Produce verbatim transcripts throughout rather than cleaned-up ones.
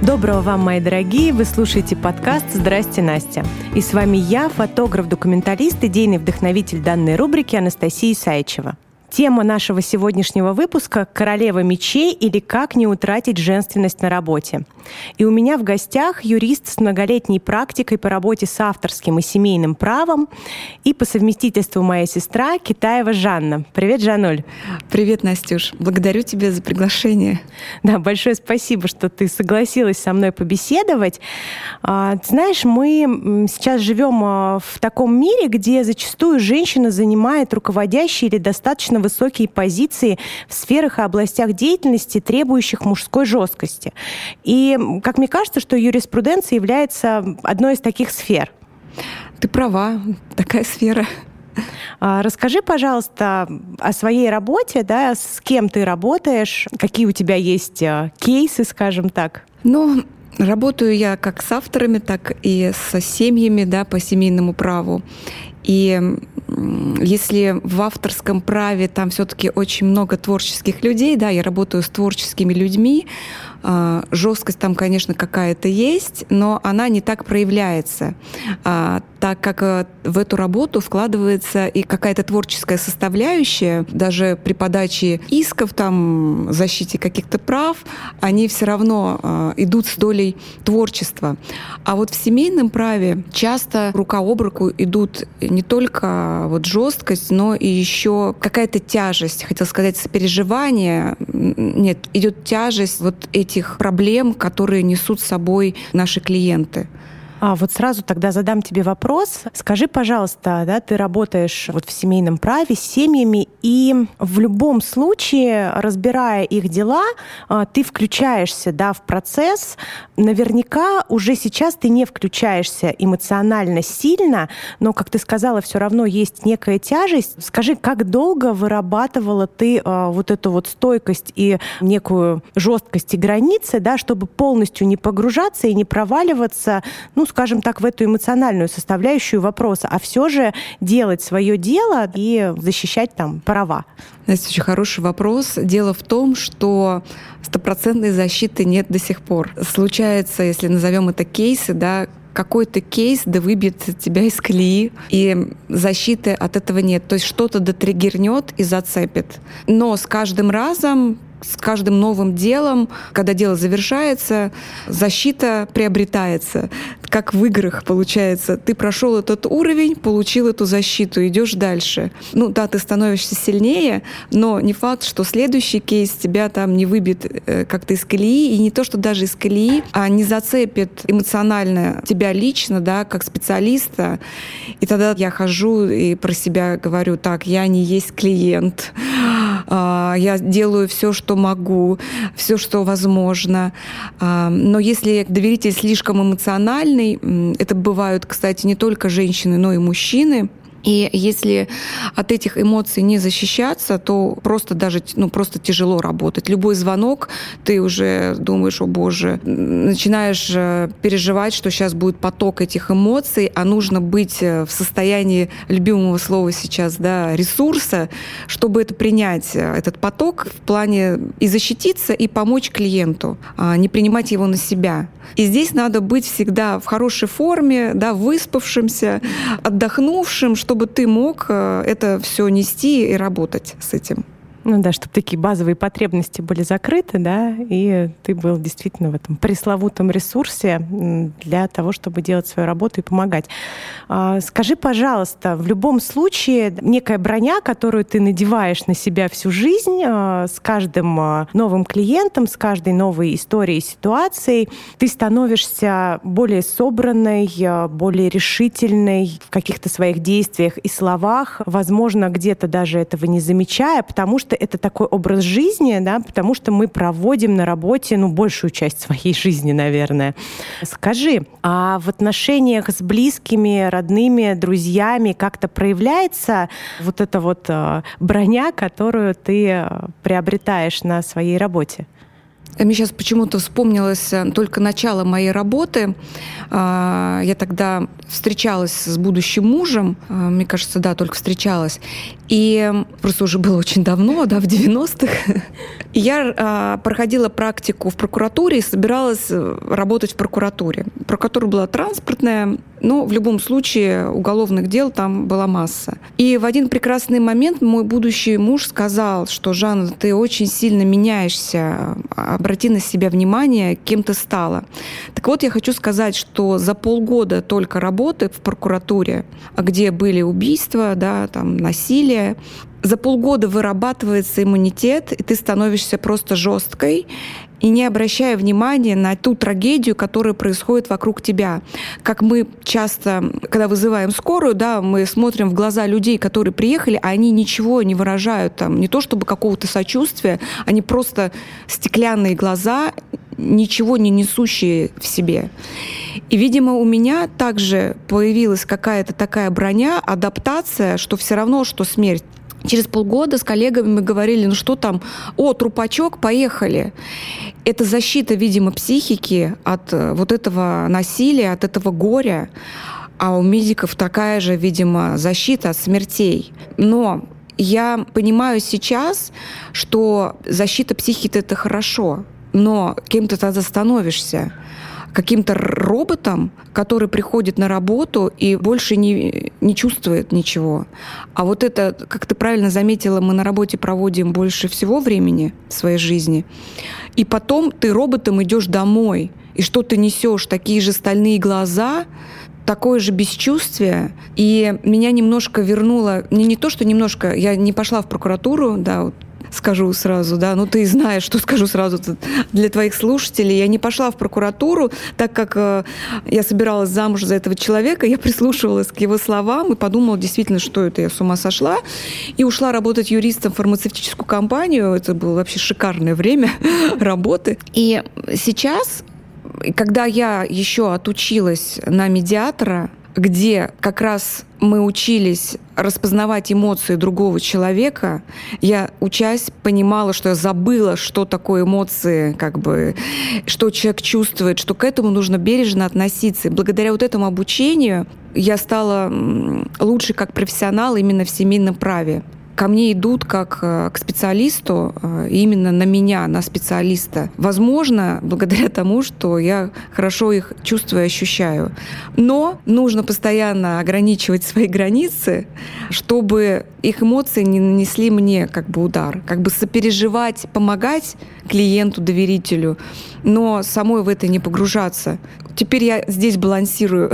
Доброго вам, мои дорогие! Вы слушаете подкаст «Здрасте, Настя». И с вами я, фотограф-документалист, идейный вдохновитель данной рубрики Анастасия Исаичева. Тема нашего сегодняшнего выпуска – «Королева мечей» или «Как не утратить женственность на работе». И у меня в гостях юрист с многолетней практикой по работе с авторским и семейным правом и по совместительству моя сестра Китаева Жанна. Привет, Жануль. Привет, Настюш. Благодарю тебя за приглашение. Да, большое спасибо, что ты согласилась со мной побеседовать. Ты знаешь, мы сейчас живем в таком мире, где зачастую женщина занимает руководящие или достаточно высокие позиции в сферах и областях деятельности, требующих мужской жесткости. И, как мне кажется, что юриспруденция является одной из таких сфер. Ты права, такая сфера. Расскажи, пожалуйста, о своей работе, да, с кем ты работаешь, какие у тебя есть кейсы, скажем так. Ну, работаю я как с авторами, так и со семьями, да, по семейному праву. И если в авторском праве там все-таки очень много творческих людей, да, я работаю с творческими людьми, жесткость там, конечно, какая-то есть, но она не так проявляется, так как в эту работу вкладывается и какая-то творческая составляющая, даже при подаче исков, там, защите каких-то прав, они все равно идут с долей творчества. А вот в семейном праве часто рука об руку идут не только вот жесткость, но и еще какая-то тяжесть, хотел сказать, сопереживание. Нет, идет тяжесть вот этих проблем, которые несут с собой наши клиенты. А вот сразу тогда задам тебе вопрос. Скажи, пожалуйста, да, ты работаешь вот в семейном праве с семьями, и в любом случае, разбирая их дела, ты включаешься, да, в процесс. Наверняка уже сейчас ты не включаешься эмоционально сильно, но, как ты сказала, все равно есть некая тяжесть. Скажи, как долго вырабатывала ты вот эту вот стойкость и некую жесткость и границы, да, чтобы полностью не погружаться и не проваливаться, ну, скажем так, в эту эмоциональную составляющую вопроса, а все же делать свое дело и защищать там права? Настя, очень хороший вопрос. Дело в том, что стопроцентной защиты нет до сих пор. Случается, если назовем это кейсы, да, какой-то кейс да выбьет тебя из колеи, и защиты от этого нет. То есть что-то дотриггернет и зацепит. Но с каждым разом, с каждым новым делом, когда дело завершается, защита приобретается. Как в играх получается. Ты прошел этот уровень, получил эту защиту, идешь дальше. Ну да, ты становишься сильнее, но не факт, что следующий кейс тебя там не выбьет э, как-то из колеи, и не то, что даже из колеи, а не зацепит эмоционально тебя лично, да, как специалиста. И тогда я хожу и про себя говорю: так, я не есть клиент, э, я делаю все, что могу, все, что возможно. Э, но если доверитель слишком эмоциональный, это бывают, кстати, не только женщины, но и мужчины. И если от этих эмоций не защищаться, то просто даже ну, просто тяжело работать. Любой звонок, ты уже думаешь: о боже, начинаешь переживать, что сейчас будет поток этих эмоций, а нужно быть в состоянии, любимого слова сейчас, да, ресурса, чтобы это принять, этот поток в плане и защититься, и помочь клиенту, не принимать его на себя. И здесь надо быть всегда в хорошей форме, да, выспавшимся, отдохнувшим, чтобы ты мог это все нести и работать с этим. Ну да, чтобы такие базовые потребности были закрыты, да, и ты был действительно в этом пресловутом ресурсе для того, чтобы делать свою работу и помогать. Скажи, пожалуйста, в любом случае некая броня, которую ты надеваешь на себя всю жизнь, с каждым новым клиентом, с каждой новой историей, ситуацией, ты становишься более собранной, более решительной в каких-то своих действиях и словах, возможно, где-то даже этого не замечая, потому что это такой образ жизни, да, потому что мы проводим на работе, ну, большую часть своей жизни, наверное. Скажи, а в отношениях с близкими, родными, друзьями как-то проявляется вот эта вот броня, которую ты приобретаешь на своей работе? Мне сейчас почему-то вспомнилось только начало моей работы. Я тогда встречалась с будущим мужем. Мне кажется, да, только встречалась. И просто уже было очень давно, да, в девяностых. И я проходила практику в прокуратуре и собиралась работать в прокуратуре. Прокуратура была транспортная, но в любом случае уголовных дел там была масса. И в один прекрасный момент мой будущий муж сказал, что: «Жанна, ты очень сильно меняешься, обрати на себя внимание, кем ты стала». Так вот, я хочу сказать, что за полгода только работы в прокуратуре, где были убийства, да, там, насилие, за полгода вырабатывается иммунитет, и ты становишься просто жесткой и не обращая внимания на ту трагедию, которая происходит вокруг тебя. Как мы часто, когда вызываем скорую, да, мы смотрим в глаза людей, которые приехали, а они ничего не выражают, там, не то чтобы какого-то сочувствия, они просто стеклянные глаза, ничего не несущие в себе. И, видимо, у меня также появилась какая-то такая броня, адаптация, что все равно, что смерть. Через полгода с коллегами мы говорили: ну что там, о, трупачок, поехали. Это защита, видимо, психики от вот этого насилия, от этого горя. А у медиков такая же, видимо, защита от смертей. Но я понимаю сейчас, что защита психики — это хорошо, но кем ты тогда становишься? Каким-то роботом, который приходит на работу и больше не, не чувствует ничего. А вот это, как ты правильно заметила, мы на работе проводим больше всего времени в своей жизни. И потом ты роботом идешь домой. И что ты несешь? Такие же стальные глаза, такое же бесчувствие. И меня немножко вернуло... Не, не то, что немножко... Я не пошла в прокуратуру, да, вот, скажу сразу, да, ну ты знаешь, что скажу сразу для твоих слушателей. Я не пошла в прокуратуру, так как э, я собиралась замуж за этого человека, я прислушивалась к его словам и подумала действительно, что это, я с ума сошла, и ушла работать юристом в фармацевтическую компанию. Это было вообще шикарное время работы. И сейчас, когда я еще отучилась на медиатора, где как раз мы учились распознавать эмоции другого человека, я, учась, понимала, что я забыла, что такое эмоции, как бы, что человек чувствует, что к этому нужно бережно относиться. И благодаря вот этому обучению я стала лучше как профессионал именно в семейном праве. Ко мне идут как к специалисту, именно на меня, на специалиста. Возможно, благодаря тому, что я хорошо их чувствую и ощущаю. Но нужно постоянно ограничивать свои границы, чтобы их эмоции не нанесли мне как бы удар. Как бы сопереживать, помогать клиенту, доверителю, но самой в это не погружаться. Теперь я здесь балансирую.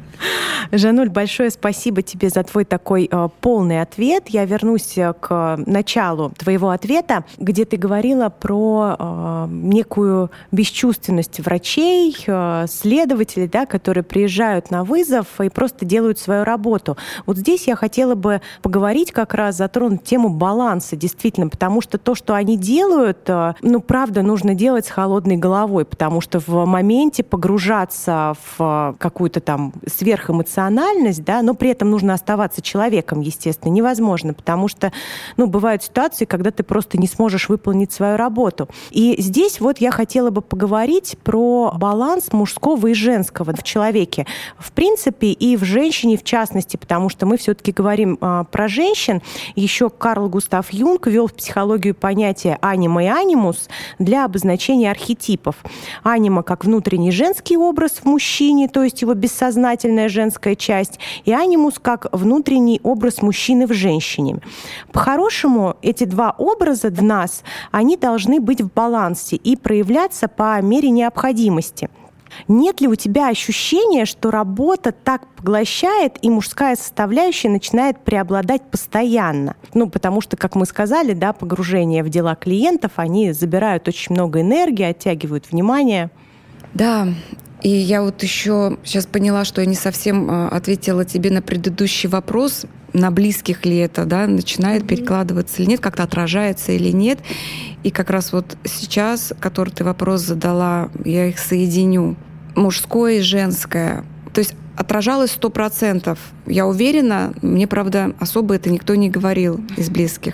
Жануль, большое спасибо тебе за твой такой э, полный ответ. Я вернусь к началу твоего ответа, где ты говорила про э, некую бесчувственность врачей, э, следователей, да, которые приезжают на вызов и просто делают свою работу. Вот здесь я хотела бы поговорить, как раз затронуть тему баланса, действительно, потому что то, что они делают, э, ну, правда, нужно делать с холодной головой, потому что в моменте погружаться в какую-то там сверхэмоциональность, да, но при этом нужно оставаться человеком, естественно, невозможно, потому что, ну, бывают ситуации, когда ты просто не сможешь выполнить свою работу. И здесь вот я хотела бы поговорить про баланс мужского и женского в человеке, в принципе, и в женщине в частности, потому что мы все-таки говорим а, про женщин. Еще Карл Густав Юнг ввел в психологию понятие анима и анимус для обозначения архетипов. Анима как внутренний женский образ в мужчине, то есть его бессознательная женская часть, и анимус как внутренний образ мужчины в женщине. По-хорошему, эти два образа в нас, они должны быть в балансе и проявляться по мере необходимости. Нет ли у тебя ощущения, что работа так поглощает, и мужская составляющая начинает преобладать постоянно? Ну, потому что, как мы сказали, да, погружение в дела клиентов, они забирают очень много энергии, оттягивают внимание. Да, и я вот еще сейчас поняла, что я не совсем ответила тебе на предыдущий вопрос, на близких ли это, да, начинает mm-hmm. перекладываться или нет, как-то отражается или нет. И как раз вот сейчас, который ты вопрос задала, я их соединю. Мужское и женское. То есть отражалось сто процентов. Я уверена, мне, правда, особо это никто не говорил из близких.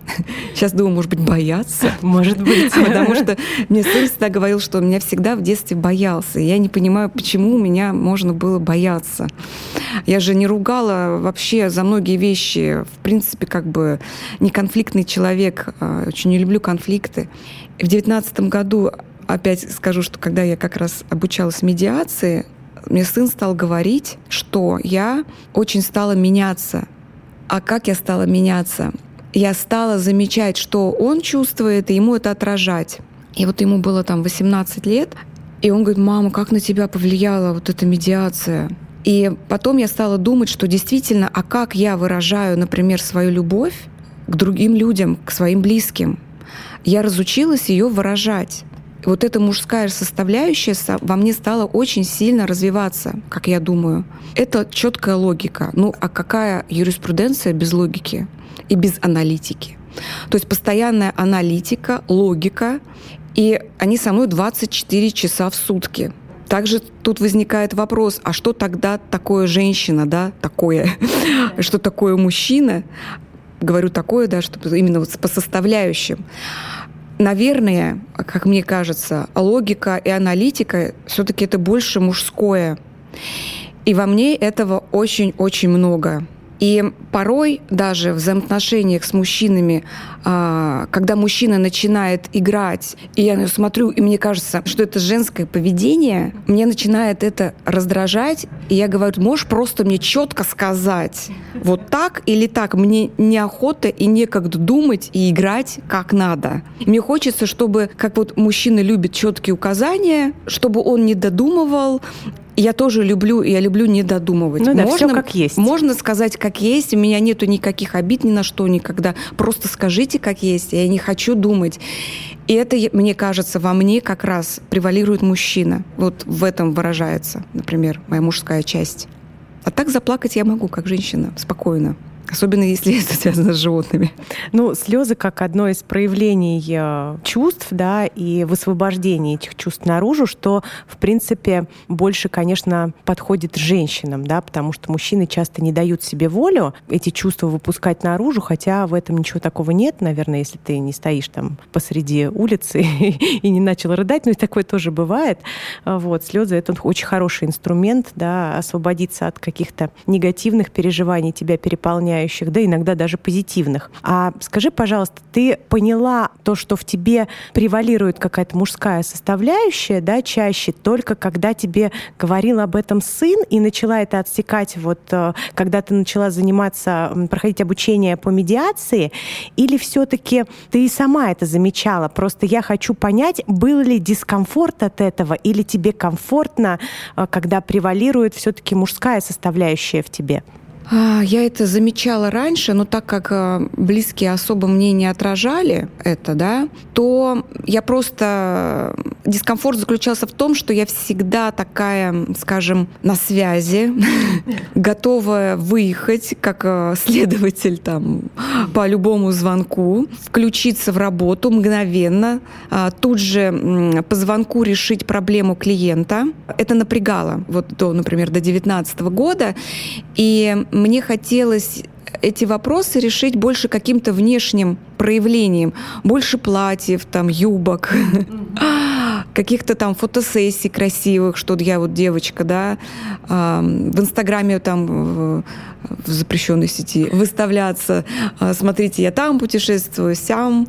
Сейчас думаю, может быть, бояться. Может быть. Потому что мне сын всегда говорил, что он меня всегда в детстве боялся. И я не понимаю, почему меня можно было бояться. Я же не ругала вообще за многие вещи. В принципе, как бы не конфликтный человек. Очень не люблю конфликты. В девятнадцатом году, опять скажу, что когда я как раз обучалась медиации, мне сын стал говорить, что я очень стала меняться. А как я стала меняться? Я стала замечать, что он чувствует, и ему это отражать. И вот ему было там восемнадцать лет, и он говорит: мама, как на тебя повлияла вот эта медиация? И потом я стала думать, что действительно, а как я выражаю, например, свою любовь к другим людям, к своим близким? Я разучилась ее выражать. И вот эта мужская составляющая во мне стала очень сильно развиваться, как я думаю. Это четкая логика. Ну, а какая юриспруденция без логики и без аналитики? То есть постоянная аналитика, логика, и они со мной двадцать четыре часа в сутки. Также тут возникает вопрос, а что тогда такое женщина, да, такое? Что такое мужчина? Говорю такое, да, что именно вот по составляющим. Наверное, как мне кажется, логика и аналитика все-таки это больше мужское. И во мне этого очень-очень много. И порой даже в взаимоотношениях с мужчинами, когда мужчина начинает играть, и я на него смотрю, и мне кажется, что это женское поведение, мне начинает это раздражать, и я говорю: можешь просто мне четко сказать, вот так или так? Мне неохота и некогда думать и играть как надо. Мне хочется, чтобы, как вот мужчина любит четкие указания, чтобы он не додумывал. Я тоже люблю, я люблю не додумывать. Ну да, можно, всё как есть. Можно сказать, как есть. У меня нету никаких обид ни на что никогда. Просто скажите, как есть. Я не хочу думать. И это, мне кажется, во мне как раз превалирует мужчина. Вот в этом выражается, например, моя мужская часть. А так заплакать я могу, как женщина, спокойно. Особенно если это связано с животными. Ну, слезы как одно из проявлений чувств, да, и высвобождения этих чувств наружу, что, в принципе, больше, конечно, подходит женщинам, да, потому что мужчины часто не дают себе волю эти чувства выпускать наружу, хотя в этом ничего такого нет, наверное, если ты не стоишь там посреди улицы и не начал рыдать, но и такое тоже бывает. Вот, слезы — это очень хороший инструмент, да, освободиться от каких-то негативных переживаний, тебя переполняют, да, иногда даже позитивных. А скажи, пожалуйста, ты поняла то, что в тебе превалирует какая-то мужская составляющая, да, чаще только когда тебе говорил об этом сын и начала это отсекать, вот, когда ты начала заниматься, проходить обучение по медиации, или все-таки ты и сама это замечала? Просто я хочу понять, был ли дискомфорт от этого, или тебе комфортно, когда превалирует все-таки мужская составляющая в тебе? Я это замечала раньше, но так как близкие особо мне не отражали это, да, то я просто... Дискомфорт заключался в том, что я всегда такая, скажем, на связи, готовая выехать как следователь там по любому звонку, включиться в работу мгновенно, тут же по звонку решить проблему клиента. Это напрягало, вот до, например, до девятнадцатого года. И мне хотелось эти вопросы решить больше каким-то внешним проявлением. Больше платьев, там, юбок, каких-то там фотосессий красивых, что я вот девочка, да, в Инстаграме там в запрещенной сети выставляться. Смотрите, я там путешествую, сям.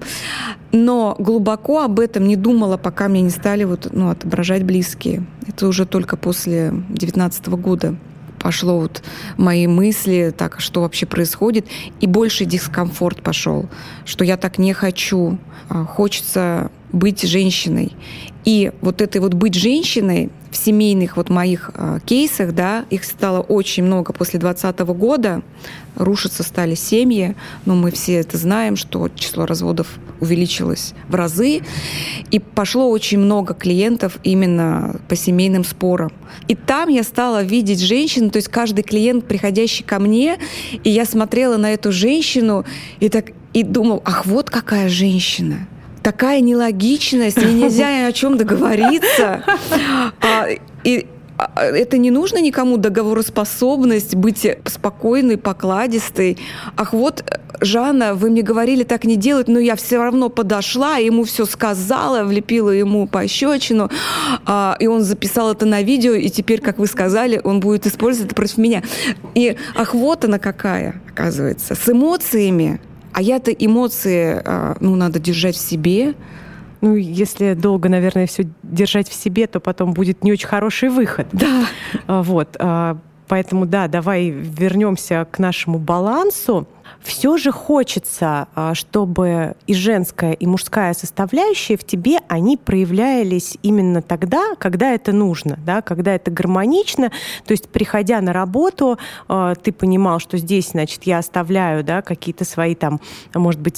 Но глубоко об этом не думала, пока мне не стали вот, ну, отображать близкие. Это уже только после девятнадцатого года пошло вот мои мысли, так, что вообще происходит, и больше дискомфорт пошел, что я так не хочу, хочется быть женщиной. И вот этой вот быть женщиной в семейных вот моих э, кейсах, да, их стало очень много после двадцатого года, рушиться стали семьи, но мы все это знаем, что число разводов увеличилось в разы, и пошло очень много клиентов именно по семейным спорам. И там я стала видеть женщину, то есть каждый клиент, приходящий ко мне, и я смотрела на эту женщину и так и думала: ах, вот какая женщина. Такая нелогичность, и нельзя ни о чем договориться. И это не нужно никому, договороспособность, быть спокойной, покладистой. Ах, вот, Жанна, вы мне говорили так не делать, но я все равно подошла, ему все сказала, влепила ему пощечину, и он записал это на видео, и теперь, как вы сказали, он будет использовать это против меня. И ах, вот она какая, оказывается, с эмоциями. А я-то эмоции, ну, надо держать в себе. Ну, если долго, наверное, все держать в себе, то потом будет не очень хороший выход. Да. Вот. Поэтому, да, давай вернемся к нашему балансу. Все же хочется, чтобы и женская, и мужская составляющие в тебе, они проявлялись именно тогда, когда это нужно, да, когда это гармонично. То есть, приходя на работу, ты понимал, что здесь, значит, я оставляю, да, какие-то свои там, может быть,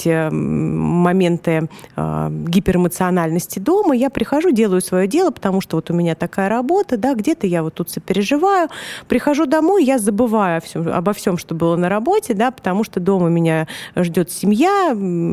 моменты гиперэмоциональности дома. Я прихожу, делаю свое дело, потому что вот у меня такая работа, да, где-то я вот тут сопереживаю. Прихожу домой, я забываю обо всем, что было на работе, да, потому что дома Дома меня ждет семья,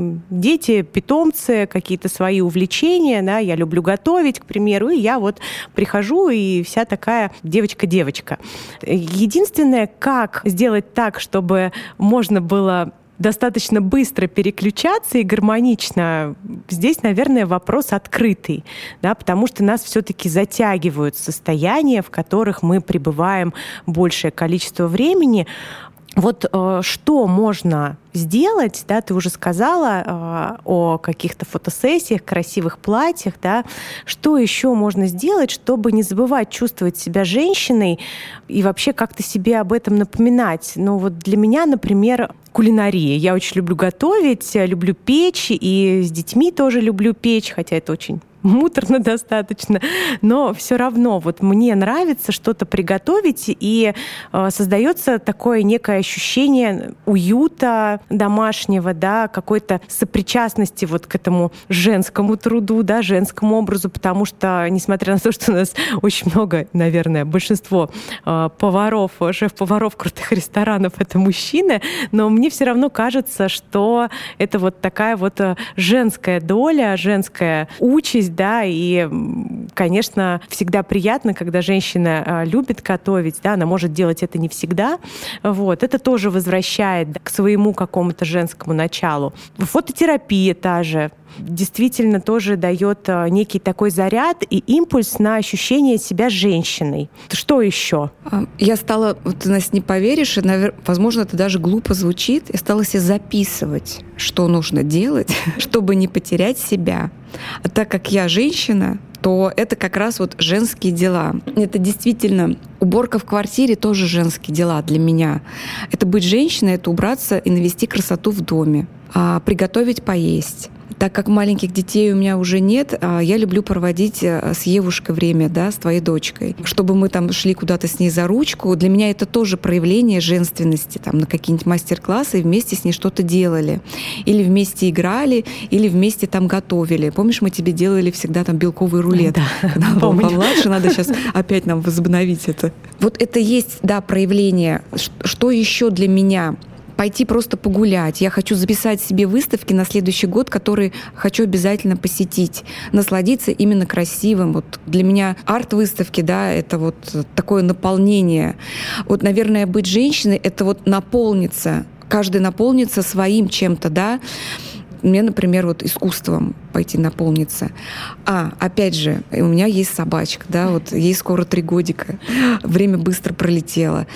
дети, питомцы, какие-то свои увлечения. Да, я люблю готовить, к примеру, и я вот прихожу и вся такая девочка-девочка. Единственное, как сделать так, чтобы можно было достаточно быстро переключаться и гармонично, здесь, наверное, вопрос открытый, да, потому что нас все-таки затягивают состояния, в которых мы пребываем большее количество времени. Вот э, что можно сделать, да, ты уже сказала э, о каких-то фотосессиях, красивых платьях, да, что еще можно сделать, чтобы не забывать чувствовать себя женщиной и вообще как-то себе об этом напоминать? Ну вот для меня, например, кулинария. Я очень люблю готовить, люблю печь, и с детьми тоже люблю печь, хотя это очень муторно достаточно, но все равно вот мне нравится что-то приготовить, и э, создается такое некое ощущение уюта домашнего, да, какой-то сопричастности вот к этому женскому труду, да, женскому образу, потому что, несмотря на то, что у нас очень много, наверное, большинство э, поваров, шеф-поваров крутых ресторанов — это мужчины, но мне все равно кажется, что это вот такая вот женская доля, женская участь, да, и, конечно, всегда приятно, когда женщина любит готовить, да, она может делать это не всегда, вот, это тоже возвращает к своему какому-то женскому началу. Фототерапия та же действительно тоже дает некий такой заряд и импульс на ощущение себя женщиной. Что еще? Я стала, вот ты, Настя, не поверишь, и, наверное, возможно, это даже глупо звучит, я стала себе записывать, что нужно делать, чтобы не потерять себя. А так как я женщина, то это как раз вот женские дела. Это действительно уборка в квартире тоже женские дела для меня. Это быть женщиной, это убраться и навести красоту в доме, приготовить поесть. Так как маленьких детей у меня уже нет, я люблю проводить с Евушкой время, да, с твоей дочкой. Чтобы мы там шли куда-то с ней за ручку. Для меня это тоже проявление женственности, там, на какие-нибудь мастер-классы, и вместе с ней что-то делали. Или вместе играли, или вместе там готовили. Помнишь, мы тебе делали всегда там белковый рулет? Да, когда она была помладше, надо сейчас опять нам возобновить это. Вот это есть, да, проявление. Что еще для меня? Пойти просто погулять. Я хочу записать себе выставки на следующий год, которые хочу обязательно посетить. Насладиться именно красивым. Вот для меня арт-выставки, да, это вот такое наполнение. Вот, наверное, быть женщиной — это вот наполниться. Каждый наполнится своим чем-то, да. Мне, например, вот искусством пойти наполниться. А, опять же, у меня есть собачка, да, вот ей скоро три годика. Время быстро пролетело.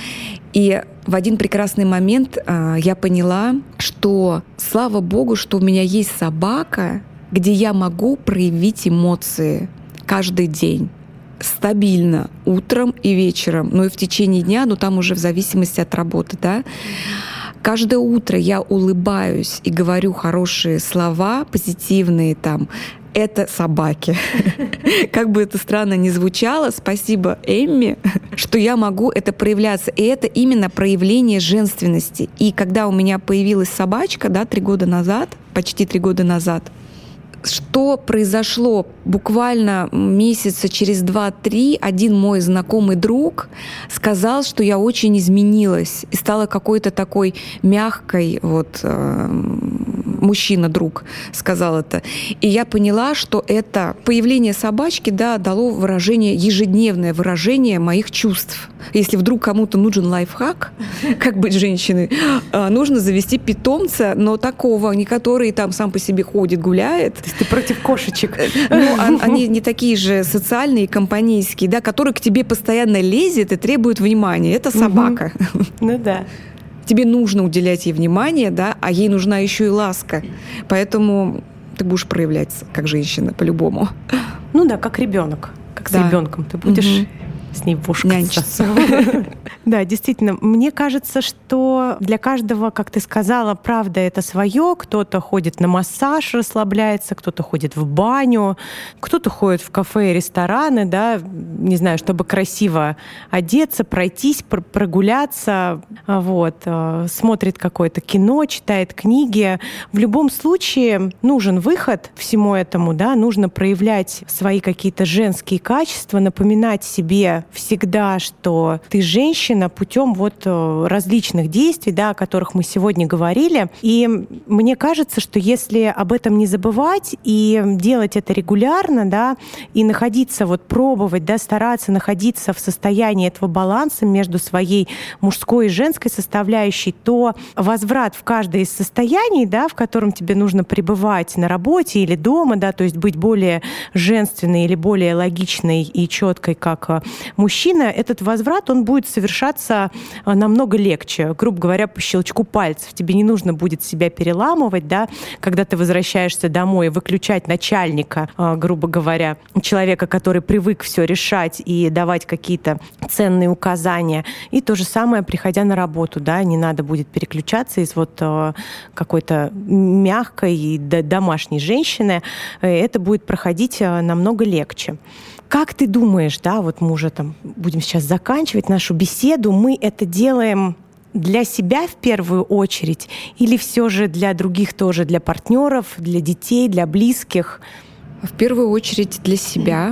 И в один прекрасный момент а, я поняла, что, слава богу, что у меня есть собака, где я могу проявить эмоции каждый день. Стабильно, утром и вечером, ну и в течение дня, но там уже в зависимости от работы, да. Каждое утро я улыбаюсь и говорю хорошие слова, позитивные там. Это собаки. Как бы это странно ни звучало, спасибо Эмми, что я могу это проявляться. И это именно проявление женственности. И когда у меня появилась собачка, да, три года назад, почти три года назад, что произошло? Буквально месяца через два-три один мой знакомый друг сказал, что я очень изменилась и стала какой-то такой мягкой, вот, мужчина, друг, сказал это. И я поняла, что это появление собачки, да, дало выражение, ежедневное выражение моих чувств. Если вдруг кому-то нужен лайфхак, как быть женщиной, нужно завести питомца, но такого, не который там сам по себе ходит, гуляет. То есть ты против кошечек. Ну, они не такие же социальные, компанейские, да, который к тебе постоянно лезет и требует внимания. Это собака. Ну да. Тебе нужно уделять ей внимание, да, а ей нужна еще и ласка. Поэтому ты будешь проявляться как женщина по-любому. Ну да, как ребенок. Как да. с ребенком ты будешь угу. с ней вошкаться. Да, действительно, мне кажется, что для каждого, как ты сказала, правда, это свое. Кто-то ходит на массаж, расслабляется, кто-то ходит в баню, кто-то ходит в кафе и рестораны, да, не знаю, чтобы красиво одеться, пройтись, прогуляться, вот, смотрит какое-то кино, читает книги. В любом случае нужен выход всему этому, да, нужно проявлять свои какие-то женские качества, напоминать себе всегда, что ты женщина, путем вот различных действий, да, о которых мы сегодня говорили. И мне кажется, что если об этом не забывать и делать это регулярно, да, и находиться, вот пробовать, да, стараться находиться в состоянии этого баланса между своей мужской и женской составляющей, то возврат в каждое из состояний, да, в котором тебе нужно пребывать на работе или дома, да, то есть быть более женственной или более логичной и четкой, как мужчина, этот возврат, он будет совершаться намного легче, грубо говоря, по щелчку пальцев. Тебе не нужно будет себя переламывать, да, когда ты возвращаешься домой, выключать начальника, грубо говоря, человека, который привык все решать и давать какие-то ценные указания. И то же самое, приходя на работу, да, не надо будет переключаться из вот какой-то мягкой и домашней женщины. Это будет проходить намного легче. Как ты думаешь, да, вот мы уже там будем сейчас заканчивать нашу беседу, мы это делаем для себя в первую очередь или все же для других тоже, для партнеров, для детей, для близких? В первую очередь для себя.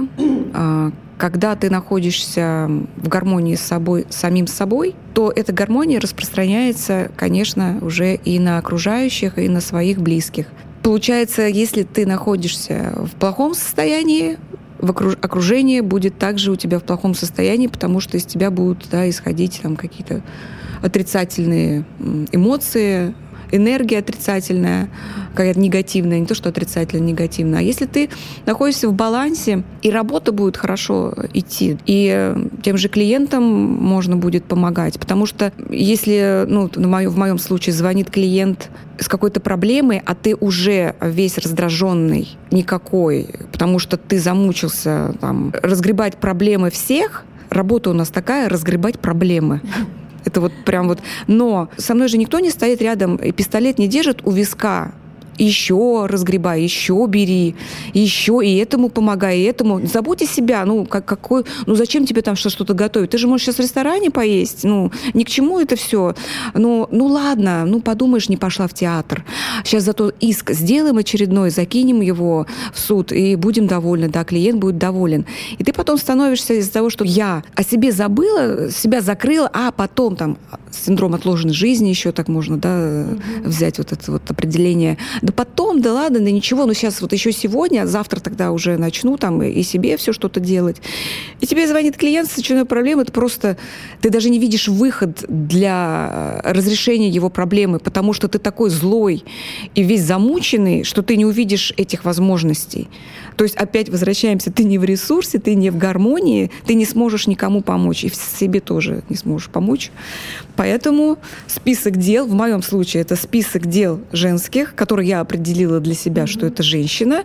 Когда ты находишься в гармонии с собой, с самим собой, то эта гармония распространяется, конечно, уже и на окружающих, и на своих близких. Получается, если ты находишься в плохом состоянии, в окружении будет также у тебя в плохом состоянии, потому что из тебя будут, да, исходить там какие-то отрицательные эмоции, энергия отрицательная, какая-то негативная, не то, что отрицательная, негативная. А если ты находишься в балансе, и работа будет хорошо идти, и тем же клиентам можно будет помогать. Потому что если, ну, в моем, в моем случае звонит клиент с какой-то проблемой, а ты уже весь раздраженный, никакой, потому что ты замучился там, разгребать проблемы всех, работа у нас такая — разгребать проблемы. Это вот прям вот. Но со мной же никто не стоит рядом, и пистолет не держит у виска. Еще разгребай, еще бери, еще и этому помогай, и этому. Забудь о себя. Ну, как, какой, ну зачем тебе там что-то готовить? Ты же можешь сейчас в ресторане поесть. Ну, ни к чему это все. Ну, ну ладно, ну подумаешь, не пошла в театр. Сейчас зато иск сделаем очередной, закинем его в суд и будем довольны. Да, клиент будет доволен. И ты потом становишься из-за того, что я о себе забыла, себя закрыла, а потом там синдром отложенной жизни еще так можно, да, mm-hmm. взять вот это вот определение. Да потом, да ладно, да ничего, но сейчас вот еще сегодня, завтра тогда уже начну там и себе все что-то делать. И тебе звонит клиент с очередной проблемой, это просто ты даже не видишь выход для разрешения его проблемы, потому что ты такой злой и весь замученный, что ты не увидишь этих возможностей. То есть опять возвращаемся, ты не в ресурсе, ты не в гармонии, ты не сможешь никому помочь, и себе тоже не сможешь помочь. Поэтому список дел, в моем случае это список дел женских, которые я определила для себя, mm-hmm. что это женщина.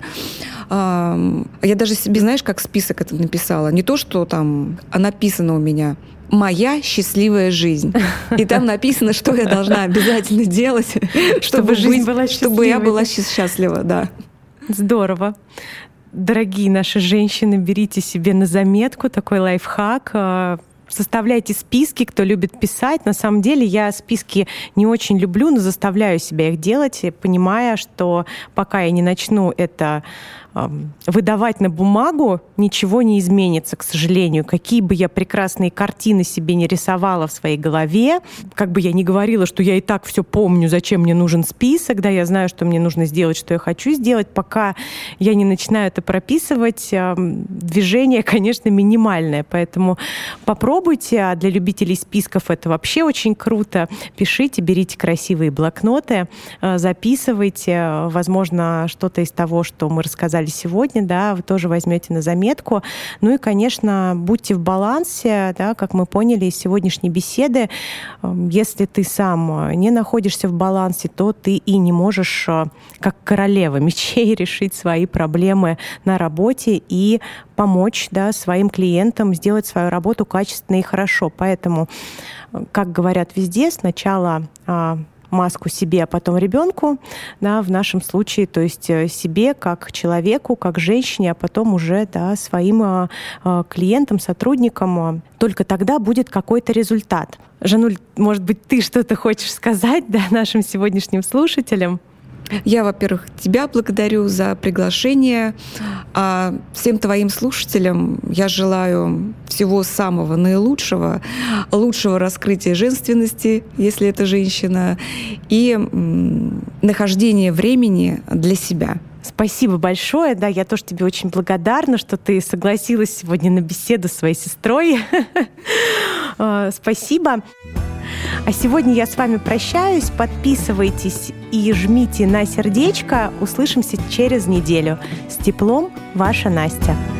Я даже себе, знаешь, как список это написала. Не то, что там написано у меня «Моя счастливая жизнь». И там написано, что я должна обязательно делать, чтобы, жизнь была чтобы я была счастлива. Да. Здорово. Дорогие наши женщины, берите себе на заметку такой лайфхак. составляйте списки, кто любит писать. На самом деле я списки не очень люблю, но заставляю себя их делать, понимая, что пока я не начну это выдавать на бумагу, ничего не изменится, к сожалению. Какие бы я прекрасные картины себе не рисовала в своей голове, как бы я ни говорила, что я и так все помню, зачем мне нужен список, да, я знаю, что мне нужно сделать, что я хочу сделать, пока я не начинаю это прописывать, движение, конечно, минимальное. Поэтому попробуйте, а для любителей списков это вообще очень круто. Пишите, берите красивые блокноты, записывайте, возможно, что-то из того, что мы рассказали сегодня, да, вы тоже возьмете на заметку. Ну и, конечно, будьте в балансе, да, как мы поняли из сегодняшней беседы. Если ты сам не находишься в балансе, то ты и не можешь, как королева мечей, решить свои проблемы на работе и помочь, да, своим клиентам сделать свою работу качественно и хорошо. Поэтому, как говорят везде, сначала маску себе, а потом ребенку, да, в нашем случае, то есть себе как человеку, как женщине, а потом уже, да, своим э, клиентам, сотрудникам. Только тогда будет какой-то результат. Жануль, может быть, ты что-то хочешь сказать, да, нашим сегодняшним слушателям? Я, во-первых, тебя благодарю за приглашение. А всем твоим слушателям я желаю всего самого наилучшего, лучшего раскрытия женственности, если это женщина, и м, нахождения времени для себя. Спасибо большое. Да, я тоже тебе очень благодарна, что ты согласилась сегодня на беседу с своей сестрой. Спасибо. А сегодня я с вами прощаюсь. Подписывайтесь и жмите на сердечко. Услышимся через неделю. С теплом, ваша Настя.